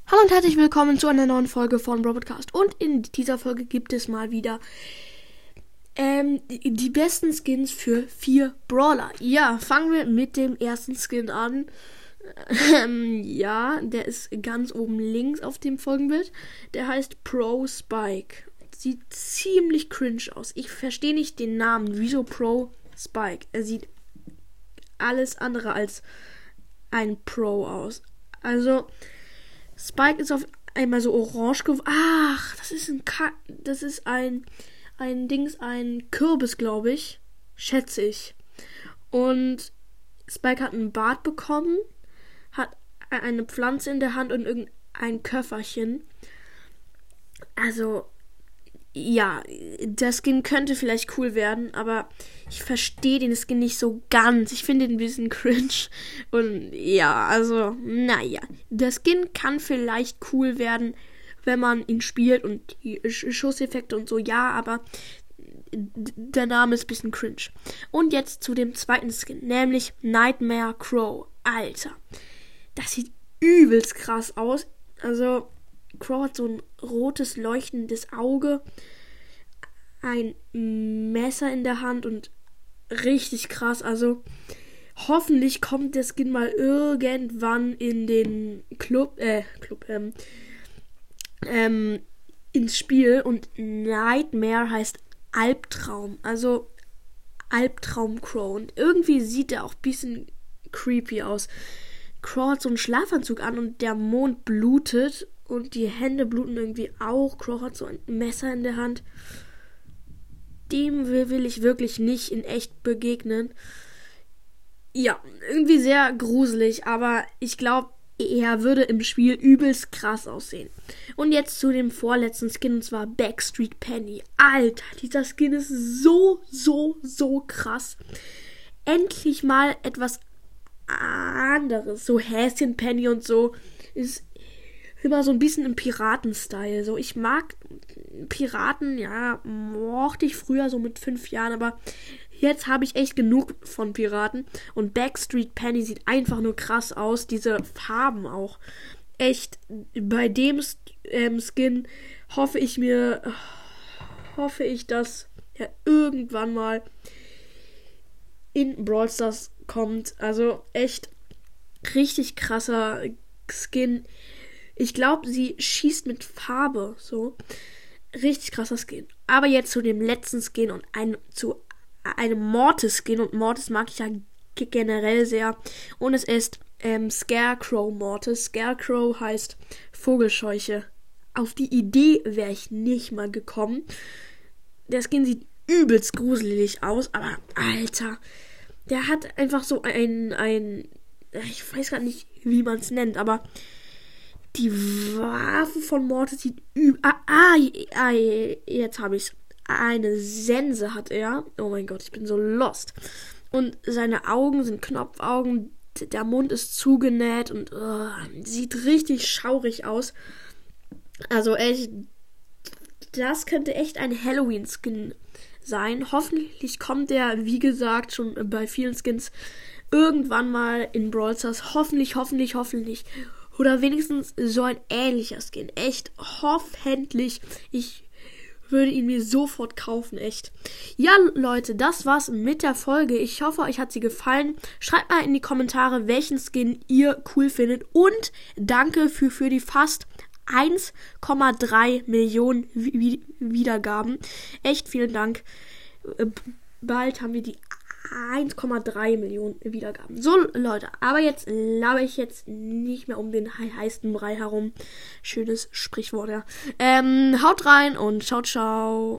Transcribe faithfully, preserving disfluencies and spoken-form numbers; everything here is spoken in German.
Hallo und herzlich willkommen zu einer neuen Folge von Brawl Podcast. Und in dieser Folge gibt es mal wieder ähm, die besten Skins für vier Brawler. Ja, fangen wir mit dem ersten Skin an. Ähm, ja, der ist ganz oben links auf dem Folgenbild. Der heißt Pro Spike. Sieht ziemlich cringe aus. Ich verstehe nicht den Namen. Wieso Pro Spike? Er sieht alles andere als ein Pro aus. Also Spike ist auf einmal so orange geworden. Ach, das ist ein Ka das ist ein ein Dings, ein Kürbis, glaube ich, schätze ich. Und Spike hat einen Bart bekommen, hat eine Pflanze in der Hand und irgendein Köfferchen. Also ja, der Skin könnte vielleicht cool werden, aber ich verstehe den Skin nicht so ganz. Ich finde ihn ein bisschen cringe. Und ja, also, naja. Der Skin kann vielleicht cool werden, wenn man ihn spielt und die Schusseffekte und so, ja, aber der Name ist ein bisschen cringe. Und jetzt zu dem zweiten Skin, nämlich Nightmare Crow. Alter, das sieht übelst krass aus. Also Crow hat so ein rotes, leuchtendes Auge, ein Messer in der Hand und richtig krass. Also hoffentlich kommt der Skin mal irgendwann in den Club, äh, Club, ähm, ähm, ins Spiel. Und Nightmare heißt Albtraum, also Albtraum Crow. Und irgendwie sieht er auch ein bisschen creepy aus. Crow hat so einen Schlafanzug an und der Mond blutet. Und die Hände bluten irgendwie auch. Crow hat so ein Messer in der Hand. Dem will, will ich wirklich nicht in echt begegnen. Ja, irgendwie sehr gruselig. Aber ich glaube, er würde im Spiel übelst krass aussehen. Und jetzt zu dem vorletzten Skin. Und zwar Backstreet Penny. Alter, dieser Skin ist so, so, so krass. Endlich mal etwas anderes. So Häschen Penny und so ist immer so ein bisschen im Piraten-Style. So, ich mag Piraten, ja, mochte ich früher so mit fünf Jahren, aber jetzt habe ich echt genug von Piraten. Und Backstreet Penny sieht einfach nur krass aus. Diese Farben auch. Echt, bei dem ähm, Skin hoffe ich mir, hoffe ich, dass er irgendwann mal in Brawl Stars kommt. Also echt richtig krasser Skin. Ich glaube, sie schießt mit Farbe, so. Richtig krasser Skin. Aber jetzt zu dem letzten Skin und ein, zu einem Mortis-Skin. Und Mortis mag ich ja generell sehr. Und es ist ähm, Scarecrow Mortis. Scarecrow heißt Vogelscheuche. Auf die Idee wäre ich nicht mal gekommen. Der Skin sieht übelst gruselig aus. Aber, Alter, der hat einfach so ein, ein ich weiß gar nicht, wie man es nennt, aber die Waffe von Mortis sieht übel. Ah, ah, ah, jetzt habe ich's. Eine Sense hat er. Oh mein Gott, ich bin so lost. Und seine Augen sind Knopfaugen. Der Mund ist zugenäht und oh, sieht richtig schaurig aus. Also echt, das könnte echt ein Halloween-Skin sein. Hoffentlich kommt der, wie gesagt, schon bei vielen Skins irgendwann mal in Brawl Stars. Hoffentlich, hoffentlich, hoffentlich. Oder wenigstens so ein ähnlicher Skin. Echt, hoffentlich. Ich würde ihn mir sofort kaufen, echt. Ja, Leute, das war's mit der Folge. Ich hoffe, euch hat sie gefallen. Schreibt mal in die Kommentare, welchen Skin ihr cool findet. Und danke für, für die fast eins Komma drei Millionen Wiedergaben. Echt vielen Dank. Bald haben wir die eins Komma drei Millionen Wiedergaben. So, Leute, aber jetzt laber ich jetzt nicht mehr um den heißen Brei herum. Schönes Sprichwort, ja. Ähm, haut rein und ciao, ciao.